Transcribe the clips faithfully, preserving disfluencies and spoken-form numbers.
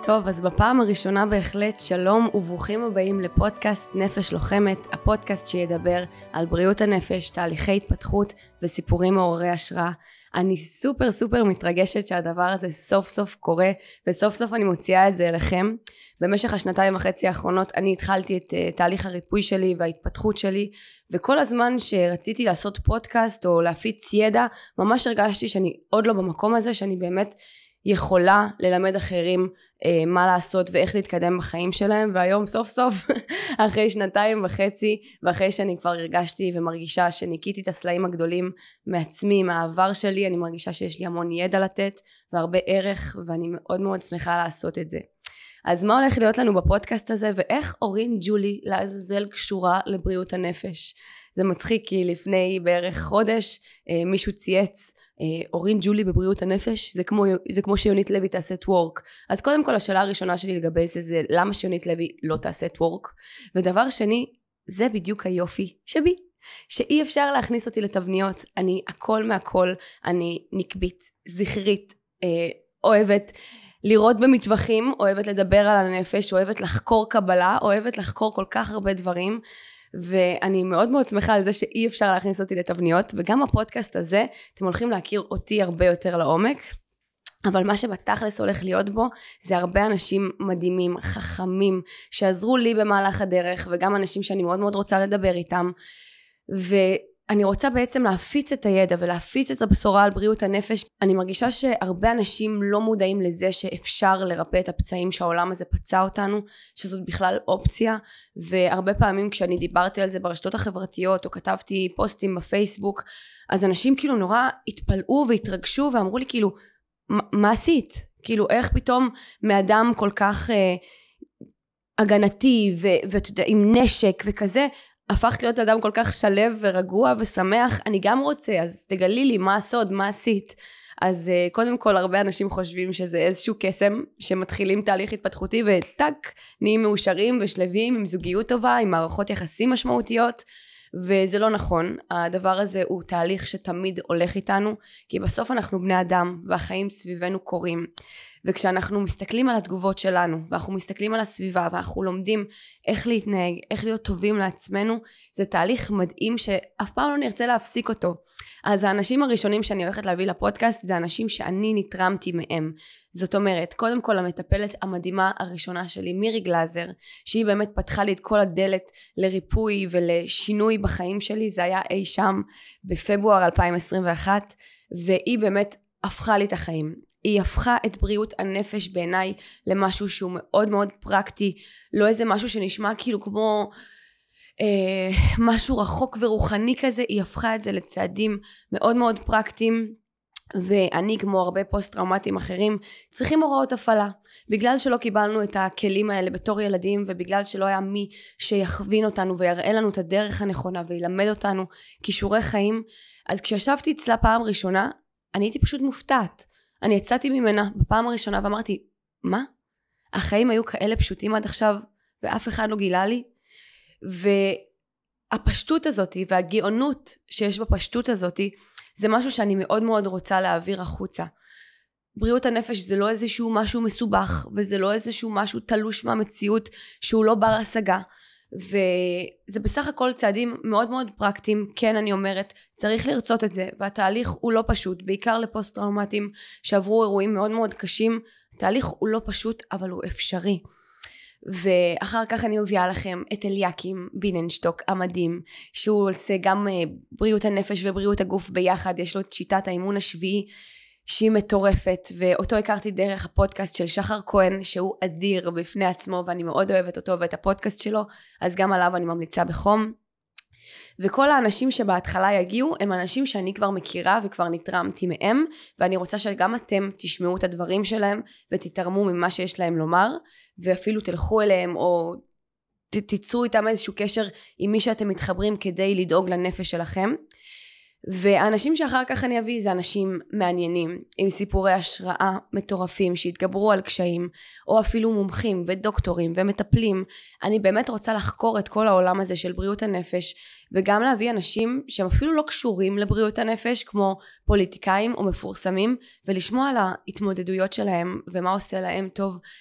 טוב, אז בפעם הראשונה בהחלט שלום וברוכים הבאים לפודקאסט נפש לוחמת, הפודקאסט שידבר על בריאות הנפש, תהליכי התפתחות וסיפורים מעוררי השראה. אני סופר סופר מתרגשת שהדבר הזה סוף סוף קורה, וסוף סוף אני מוציאה את זה אליכם. במשך השנתיים וחצי האחרונות אני התחלתי את uh, תהליך הריפוי שלי וההתפתחות שלי, וכל הזמן שרציתי לעשות פודקאסט או להפיץ ידע, ממש הרגשתי שאני עוד לא במקום הזה, שאני באמת יכולה ללמד אחרים אה, מה לעשות ואיך להתקדם בחיים שלהם. והיום סוף סוף אחרי שנתיים וחצי ואחרי שאני כבר הרגשתי ומרגישה שניקיתי את הסלעים הגדולים מעצמי, מהעבר שלי, אני מרגישה שיש לי המון ידע לתת והרבה ערך, ואני מאוד מאוד שמחה לעשות את זה. אז מה הולך להיות לנו בפודקאסט הזה, ואיך אורין ג'ולי לעזאזל קשורה לבריאות הנפש? זה מצחיק כי לפני בערך חודש אה, מישהו צייץ אה, אורין ג'ולי בבריאות הנפש, זה כמו, זה כמו שיונית לוי תעשה טוורק. אז קודם כל השאלה הראשונה שלי לגבי זה זה למה שיונית לוי לא תעשה טוורק, ודבר שני, זה בדיוק היופי שבי, שאי אפשר להכניס אותי לתבניות. אני הכל מהכל, אני נקבית, זכרית, אה, אוהבת לראות במטווחים, אוהבת לדבר על הנפש, אוהבת לחקור קבלה, אוהבת לחקור כל כך הרבה דברים, ואני מאוד מאוד שמחה על זה שאי אפשר להכניס אותי לתבניות. וגם הפודקאסט הזה אתם הולכים להכיר אותי הרבה יותר לעומק, אבל מה שבתכלס הולך להיות בו זה הרבה אנשים מדהימים, חכמים, שעזרו לי במהלך הדרך, וגם אנשים שאני מאוד מאוד רוצה לדבר איתם. ואני רוצה בעצם להפיץ את הידע ולהפיץ את הבשורה על בריאות הנפש. אני מרגישה שהרבה אנשים לא מודעים לזה שאפשר לרפא את הפצעים שהעולם הזה פצע אותנו, שזאת בכלל אופציה. והרבה פעמים כשאני דיברתי על זה ברשתות החברתיות או כתבתי פוסטים בפייסבוק, אז אנשים כאילו נורא התפלאו והתרגשו ואמרו לי כאילו, מה עשית? כאילו איך פתאום מאדם כל כך אה, הגנתי ואתה יודע, עם נשק וכזה, הפכת להיות אדם כל כך שלב ורגוע ושמח? אני גם רוצה, אז תגלי לי מה הסוד, מה עשית? אז uh, קודם כל הרבה אנשים חושבים שזה איזשהו קסם, שמתחילים תהליך התפתחותי וטק, נהיים מאושרים ושלבים עם זוגיות טובה, עם מערכות יחסים משמעותיות, וזה לא נכון. הדבר הזה הוא תהליך שתמיד הולך איתנו, כי בסוף אנחנו בני אדם והחיים סביבנו קורים. וכשאנחנו מסתכלים על התגובות שלנו, ואנחנו מסתכלים על הסביבה, ואנחנו לומדים איך להתנהג, איך להיות טובים לעצמנו, זה תהליך מדהים שאף פעם לא נרצה להפסיק אותו. אז האנשים הראשונים שאני הולכת להביא לפודקאסט, זה אנשים שאני נתרמתי מהם. זאת אומרת, קודם כל המטפלת המדהימה הראשונה שלי, מירי גלזר, שהיא באמת פתחה לי את כל הדלת לריפוי ולשינוי בחיים שלי, זה היה אי שם בפברואר אלפיים עשרים ואחת, והיא באמת הפכה לי את החיים. היא הפכה את בריאות הנפש בעיניי למשהו שהוא מאוד מאוד פרקטי, לא איזה משהו שנשמע כאילו כמו אה, משהו רחוק ורוחני כזה. היא הפכה את זה לצעדים מאוד מאוד פרקטיים, ואני כמו הרבה פוסט טראומטיים אחרים צריכים הוראות הפעלה, בגלל שלא קיבלנו את הכלים האלה בתור ילדים, ובגלל שלא היה מי שיכווין אותנו ויראה לנו את הדרך הנכונה וילמד אותנו כישורי חיים. אז כשישבתי אצלה פעם ראשונה אני הייתי פשוט מופתעת. אני יצאתי ממנה בפעם הראשונה ואמרתי, מה? החיים היו כאלה פשוטים עד עכשיו ואף אחד לא גילה לי? והפשטות הזאת והגאונות שיש בפשטות הזאת זה משהו שאני מאוד מאוד רוצה להעביר החוצה. בריאות הנפש זה לא איזשהו משהו מסובך, וזה לא איזשהו משהו תלוש מהמציאות שהוא לא בר השגה, וזה בסך הכל צעדים מאוד מאוד פרקטיים. כן, אני אומרת, צריך לרצות את זה, והתהליך הוא לא פשוט, בעיקר לפוסט טראומטיים שעברו אירועים מאוד מאוד קשים. התהליך הוא לא פשוט, אבל הוא אפשרי. ואחר כך אני מביאה לכם את אליקים ביננשטוק המדהים, שהוא עושה גם בריאות הנפש ובריאות הגוף ביחד. יש לו את שיטת האימון השביעי שהיא מטורפת, ואותו הכרתי דרך הפודקאסט של שחר כהן, שהוא אדיר בפני עצמו ואני מאוד אוהבת אותו ואת הפודקאסט שלו, אז גם עליו אני ממליצה בחום. וכל האנשים שבהתחלה יגיעו הם אנשים שאני כבר מכירה וכבר נתרמתי מהם, ואני רוצה שגם אתם תשמעו את הדברים שלהם ותתרמו ממה שיש להם לומר, ואפילו תלכו אליהם או תיצרו איתם איזשהו קשר עם מי שאתם מתחברים כדי לדאוג לנפש שלכם. והאנשים שאחר כך אני אביא זה אנשים מעניינים עם סיפורי השראה מטורפים שהתגברו על קשיים, או אפילו מומחים ודוקטורים ומטפלים. אני באמת רוצה לחקור את כל העולם הזה של בריאות הנפש, וגם להביא אנשים שהם אפילו לא קשורים לבריאות הנפש, כמו פוליטיקאים או מפורסמים, ולשמוע על ההתמודדויות שלהם ומה עושה להם טוב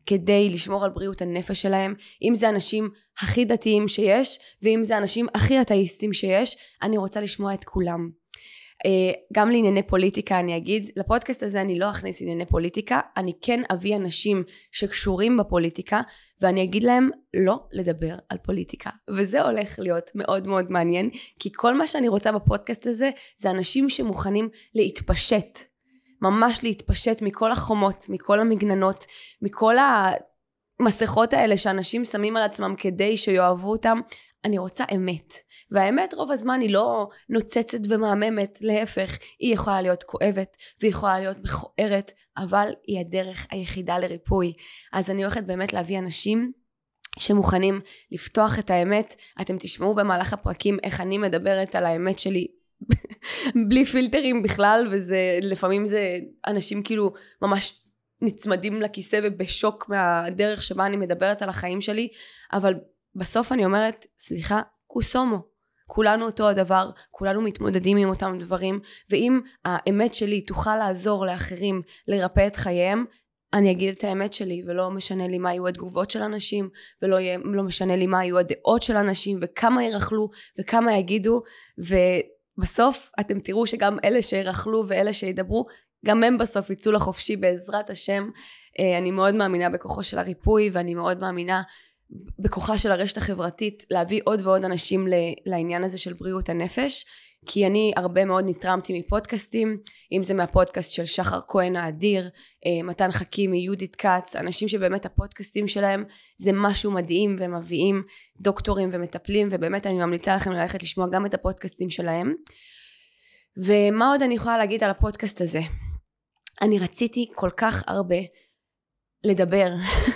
כדי לשמור על בריאות הנפש שלהם, אם זה אנשים הכי דתיים שיש, ואם זה אנשים הכי אתאיסטים שיש, אני רוצה לשמוע את כולם. גם לענייני פוליטיקה אני אגיד, לפודקאסט הזה אני לא אכניס ענייני פוליטיקה, אני כן אביא אנשים שקשורים בפוליטיקה, ואני אגיד להם לא לדבר על פוליטיקה, וזה הולך להיות מאוד מאוד מעניין, כי כל מה שאני רוצה בפודקאסט הזה, זה אנשים שמוכנים להתפשט, ממש להתפשט מכל החומות, מכל המגננות, מכל המסכות האלה שאנשים שמים על עצמם כדי שיאהבו אותם. אני רוצה אמת, והאמת רוב הזמן היא לא נוצצת ומהממת, להפך, היא יכולה להיות כואבת, והיא יכולה להיות מכוערת, אבל היא הדרך היחידה לריפוי. אז אני הולכת באמת להביא אנשים שמוכנים לפתוח את האמת. אתם תשמעו במהלך הפרקים איך אני מדברת על האמת שלי, בלי פילטרים בכלל, וזה לפעמים זה אנשים כאילו ממש נצמדים לכיסא ובשוק מהדרך שבה אני מדברת על החיים שלי, אבל בסוף אני אומרת, סליחה, קוסומו, כולנו אותו הדבר, כולנו מתמודדים עם אותם דברים, ואם האמת שלי תוכל לעזור לאחרים לרפא את חייהם, אני אגיד את האמת שלי, ולא משנה לי מה יהיו התגובות של אנשים, ולא יהיה, לא משנה לי מה יהיו הדעות של אנשים, וכמה ירחלו, וכמה יגידו, ובסוף אתם תראו שגם אלה שירחלו ואלה שידברו, גם הם בסוף יצאו לחופשי בעזרת השם. אני מאוד מאמינה בכוחו של הריפוי, ואני מאוד מאמינה בכוחה של הרשת החברתית להביא עוד ועוד אנשים לעניין הזה של בריאות הנפש, כי אני הרבה מאוד נתרמתי מפודקאסטים, אם זה מהפודקאסט של שחר כהן האדיר, מתן חכימי, יהודית קץ, אנשים שבאמת הפודקאסטים שלהם זה משהו מדהים, והם מביאים דוקטורים ומטפלים, ובאמת אני ממליצה לכם ללכת לשמוע גם את הפודקאסטים שלהם. ומה עוד אני יכולה להגיד על הפודקאסט הזה? אני רציתי כל כך הרבה לדבר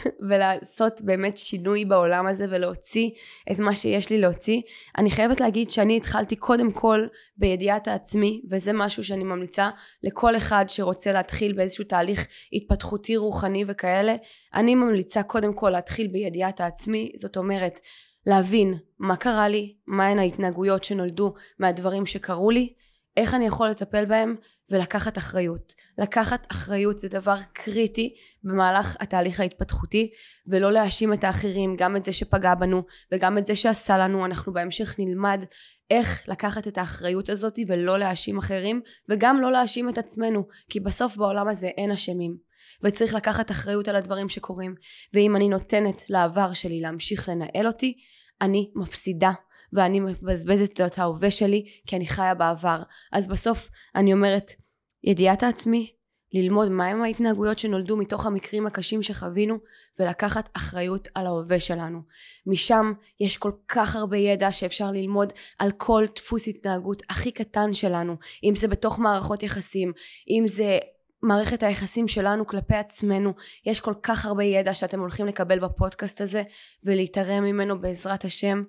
ולעשות באמת שינוי בעולם הזה ולהוציא את מה שיש לי להוציא. אני חייבת להגיד שאני התחלתי קודם כל בידיעת העצמי, וזה משהו שאני ממליצה לכל אחד שרוצה להתחיל באיזשהו תהליך התפתחותי רוחני וכאלה. אני ממליצה קודם כל להתחיל בידיעת העצמי, זאת אומרת להבין מה קרה לי, מהן ההתנהגויות שנולדו מהדברים שקרו לי, איך אני יכול לטפל בהם, ולקחת אחריות. לקחת אחריות זה דבר קריטי במהלך התהליך ההתפתחותי, ולא להאשים את האחרים, גם את זה שפגע בנו, וגם את זה שעשה לנו. אנחנו בהמשך נלמד איך לקחת את האחריות הזאת, ולא להאשים אחרים, וגם לא להאשים את עצמנו, כי בסוף בעולם הזה אין אשמים, וצריך לקחת אחריות על הדברים שקורים. ואם אני נותנת לעבר שלי להמשיך לנהל אותי, אני מפסידה. ואני מבזבזת את ההווה שלי, כי אני חיה בעבר. אז בסוף אני אומרת, ידיעת העצמי, ללמוד מהם ההתנהגויות שנולדו מתוך המקרים הקשים שחווינו, ולקחת אחריות על ההווה שלנו. משם יש כל כך הרבה ידע שאפשר ללמוד על כל דפוס התנהגות הכי קטן שלנו, אם זה בתוך מערכות יחסים, אם זה מערכת היחסים שלנו כלפי עצמנו. יש כל כך הרבה ידע שאתם הולכים לקבל בפודקאסט הזה, ולהתערם ממנו בעזרת השם.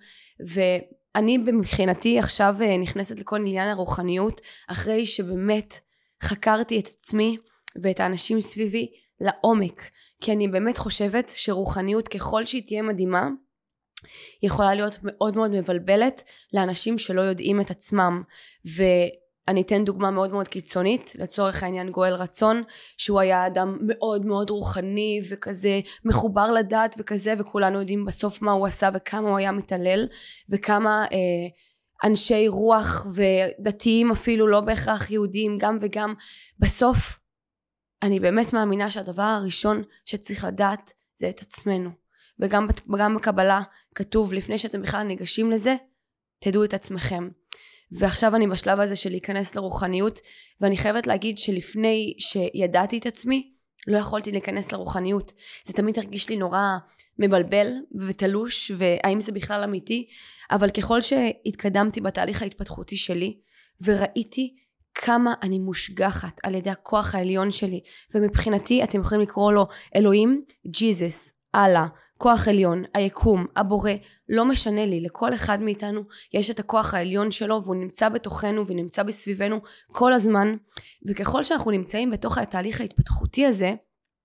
ואני מבחינתי עכשיו נכנסת לכל עניין הרוחניות, אחרי שבאמת חקרתי את עצמי ואת האנשים סביבי לעומק, כי אני באמת חושבת שרוחניות ככל שהיא תהיה מדהימה, יכולה להיות מאוד מאוד מבלבלת לאנשים שלא יודעים את עצמם. ואני אתן דוגמה מאוד מאוד קיצונית, לצורך העניין גואל רצון, שהוא היה אדם מאוד מאוד רוחני וכזה מחובר לדעת וכזה, וכולנו יודעים בסוף מה הוא עשה וכמה הוא היה מתעלל, וכמה אה, אנשי רוח ודתיים אפילו, לא בהכרח יהודים, גם וגם. בסוף אני באמת מאמינה שהדבר הראשון שצריך לדעת זה את עצמנו, וגם גם בקבלה כתוב לפני שאתם בכלל ניגשים לזה, תדעו את עצמכם. ועכשיו אני בשלב הזה של להיכנס לרוחניות, ואני חייבת להגיד שלפני שידעתי את עצמי לא יכולתי להיכנס לרוחניות. זה תמיד הרגיש לי נורא מבלבל ותלוש, והאם זה בכלל אמיתי. אבל ככל שהתקדמתי בתהליך ההתפתחותי שלי וראיתי כמה אני מושגחת על ידי הכוח העליון שלי, ומבחינתי אתם יכולים לקרוא לו אלוהים, ג'יזוס, אללה, כוח עליון, היקום, הבורא, לא משנה לי. לכל אחד מאיתנו יש את הכוח העליון שלו, והוא נמצא בתוכנו ונמצא בסביבנו כל הזמן. וככל שאנחנו נמצאים בתוך התהליך ההתפתחותי הזה,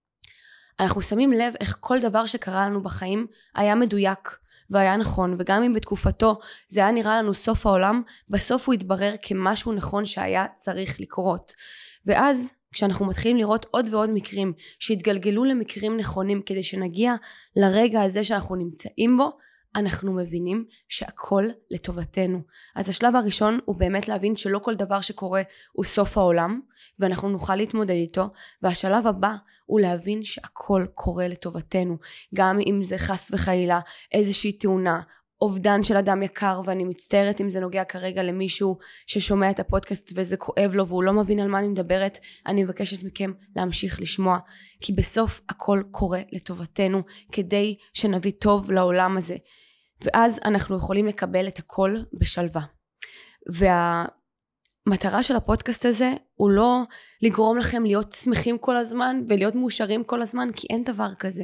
אנחנו שמים לב איך כל דבר שקרה לנו בחיים היה מדויק והיה נכון, וגם אם בתקופתו זה היה נראה לנו סוף העולם, בסוף הוא התברר כמשהו נכון שהיה צריך לקרות. ואז כשאנחנו מתחילים לראות עוד ועוד מקרים שהתגלגלו למקרים נכונים כדי שנגיע לרגע הזה שאנחנו נמצאים בו, אנחנו מבינים שהכל לטובתנו. אז השלב הראשון הוא באמת להבין שלא כל דבר שקורה הוא סוף העולם, ואנחנו נוכל להתמודד איתו, והשלב הבא הוא להבין שהכל קורה לטובתנו, גם אם זה חס וחלילה איזושהי תאונה, אובדן של אדם יקר, ואני מצטערת אם זה נוגע כרגע למישהו ששומע את הפודקאסט וזה כואב לו והוא לא מבין על מה אני מדברת, אני מבקשת מכם להמשיך לשמוע, כי בסוף הכל קורה לטובתנו, כדי שנביא טוב לעולם הזה, ואז אנחנו יכולים לקבל את הכל בשלווה. והמטרה של הפודקאסט הזה הוא לא לגרום לכם להיות שמחים כל הזמן ולהיות מאושרים כל הזמן, כי אין דבר כזה.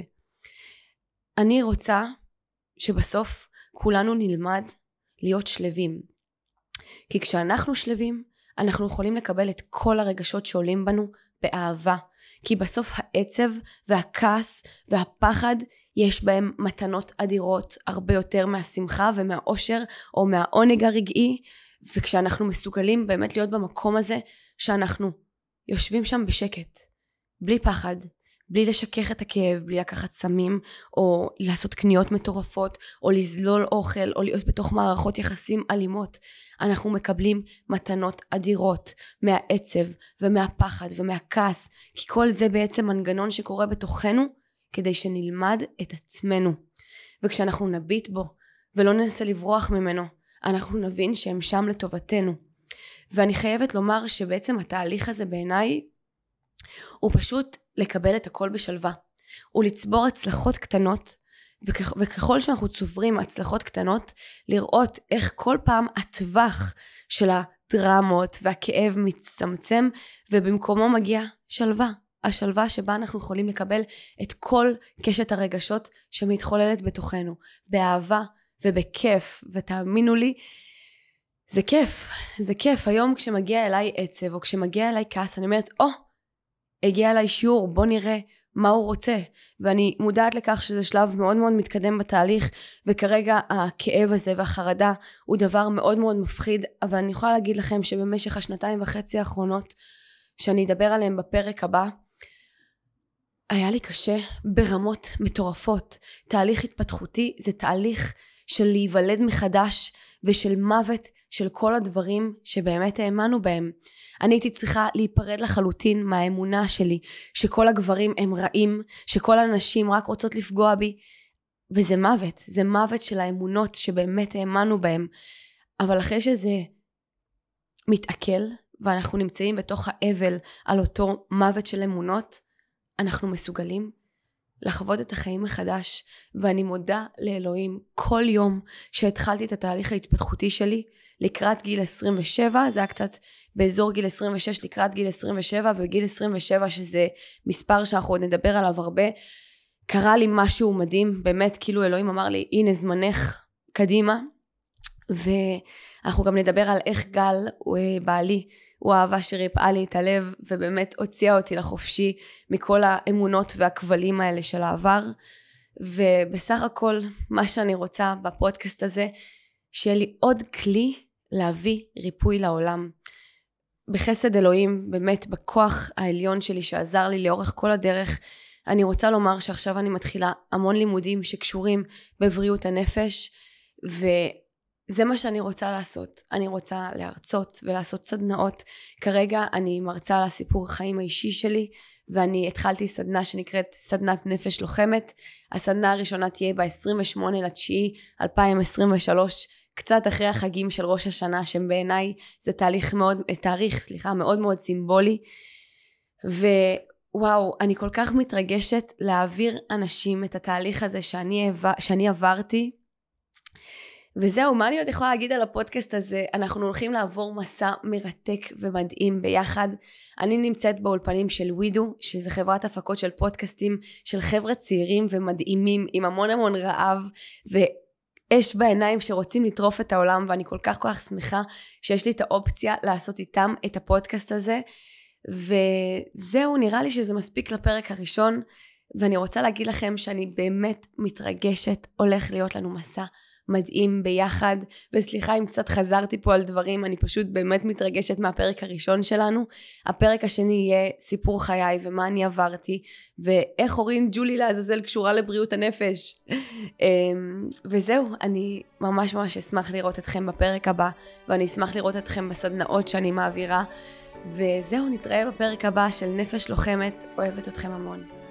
אני רוצה שבסוף כולנו נלמד להיות שלווים, כי כשאנחנו שלווים אנחנו יכולים לקבל את כל הרגשות שעולים בנו באהבה, כי בסוף העצב והכעס והפחד יש בהם מתנות אדירות הרבה יותר מהשמחה ומהאושר או מהעונג הרגעי, וכשאנחנו מסוגלים באמת להיות במקום הזה שאנחנו יושבים שם בשקט, בלי פחד, בלי לשכך את הכאב, בלי לקחת סמים, או לעשות קניות מטורפות, או לזלול אוכל, או להיות בתוך מערכות יחסים אלימות, אנחנו מקבלים מתנות אדירות מהעצב ומהפחד ומהכעס, כי כל זה בעצם מנגנון שקורה בתוכנו, כדי שנלמד את עצמנו. וכשאנחנו נביט בו, ולא ננסה לברוח ממנו, אנחנו נבין שהם שם לטובתנו. ואני חייבת לומר שבעצם התהליך הזה בעיניי, הוא פשוט לקבל את הכל בשלווה. הוא לצבור הצלחות קטנות, וכ- וככל שאנחנו צוברים הצלחות קטנות, לראות איך כל פעם הטווח של הדרמות והכאב מצטמצם, ובמקומו מגיע שלווה. השלווה שבה אנחנו יכולים לקבל את כל קשת הרגשות שמתחוללת בתוכנו, באהבה ובכיף, ותאמינו לי, זה כיף, זה כיף. היום כשמגיע אליי עצב, או כשמגיע אליי כעס, אני אומרת, או, הגיע אליי שיעור, בוא נראה מה הוא רוצה, ואני מודעת לכך שזה שלב מאוד מאוד מתקדם בתהליך, וכרגע הכאב הזה והחרדה הוא דבר מאוד מאוד מפחיד, אבל אני יכולה להגיד לכם שבמשך השנתיים וחצי האחרונות, שאני אדבר עליהם בפרק הבא, היה לי קשה ברמות מטורפות. תהליך התפתחותי זה תהליך של להיוולד מחדש, ושל מוות של כל הדברים שבאמת האמנו בהם. אני הייתי צריכה להיפרד לחלוטין מהאמונה שלי, שכל הגברים הם רעים, שכל הנשים רק רוצות לפגוע בי, וזה מוות, זה מוות של האמונות שבאמת האמנו בהם. אבל אחרי שזה מתעכל, ואנחנו נמצאים בתוך האבל על אותו מוות של אמונות, אנחנו מסוגלים לחוות את החיים מחדש, ואני מודה לאלוהים כל יום שהתחלתי את התהליך ההתפתחותי שלי, לקראת גיל עשרים ושבע, זה היה קצת באזור גיל עשרים ושש לקראת גיל עשרים ושבע, ובגיל עשרים ושבע שזה מספר שאנחנו עוד נדבר עליו הרבה, קרה לי משהו מדהים, באמת כאילו אלוהים אמר לי, הנה זמנך קדימה, ואנחנו גם נדבר על איך גל בעלי, הוא אהבה שריפאה לי את הלב, ובאמת הוציאה אותי לחופשי מכל האמונות והכבלים האלה של העבר, ובסך הכל מה שאני רוצה בפודקאסט הזה, שיהיה לי עוד כלי להביא ריפוי לעולם. בחסד אלוהים, באמת בכוח העליון שלי שעזר לי לאורך כל הדרך, אני רוצה לומר שעכשיו אני מתחילה המון לימודים שקשורים בבריאות הנפש, וזה מה שאני רוצה לעשות. אני רוצה להרצות ולעשות סדנאות. כרגע אני מרצה על הסיפור החיים האישי שלי, ואני התחלתי סדנה שנקראת סדנת נפש לוחמת. הסדנה הראשונה תהיה ב-עשרים ושמונה לתשיעי אלפיים עשרים ושלוש, קצת אחרי החגים של ראש השנה, שהם בעיניי זה תהליך מאוד, תאריך, סליחה, מאוד מאוד סימבולי. ווואו, אני כל כך מתרגשת להעביר אנשים את התהליך הזה שאני, שאני עברתי. וזהו, מה אני עוד יכולה להגיד על הפודקאסט הזה? אנחנו הולכים לעבור מסע מרתק ומדהים ביחד. אני נמצאת באולפנים של ווידו, שזה חברת הפקות של פודקאסטים של חבר'ה צעירים ומדהימים, עם המון המון רעב ואש בעיניים שרוצים לטרוף את העולם, ואני כל כך כל כך שמחה שיש לי את האופציה לעשות איתם את הפודקאסט הזה. וזהו, נראה לי שזה מספיק לפרק הראשון, ואני רוצה להגיד לכם שאני באמת מתרגשת, הולך להיות לנו מסע מדהים ביחד, וסליחה אם קצת חזרתי פה על דברים, אני פשוט באמת מתרגשת מהפרק הראשון שלנו. הפרק השני יהיה סיפור חיי ומה אני עברתי, ואיך הורין ג'ולי לעזאזל קשורה לבריאות הנפש. וזהו, אני ממש ממש אשמח לראות אתכם בפרק הבא, ואני אשמח לראות אתכם בסדנאות שאני מעבירה, וזהו, נתראה בפרק הבא של נפש לוחמת, אוהבת אתכם המון.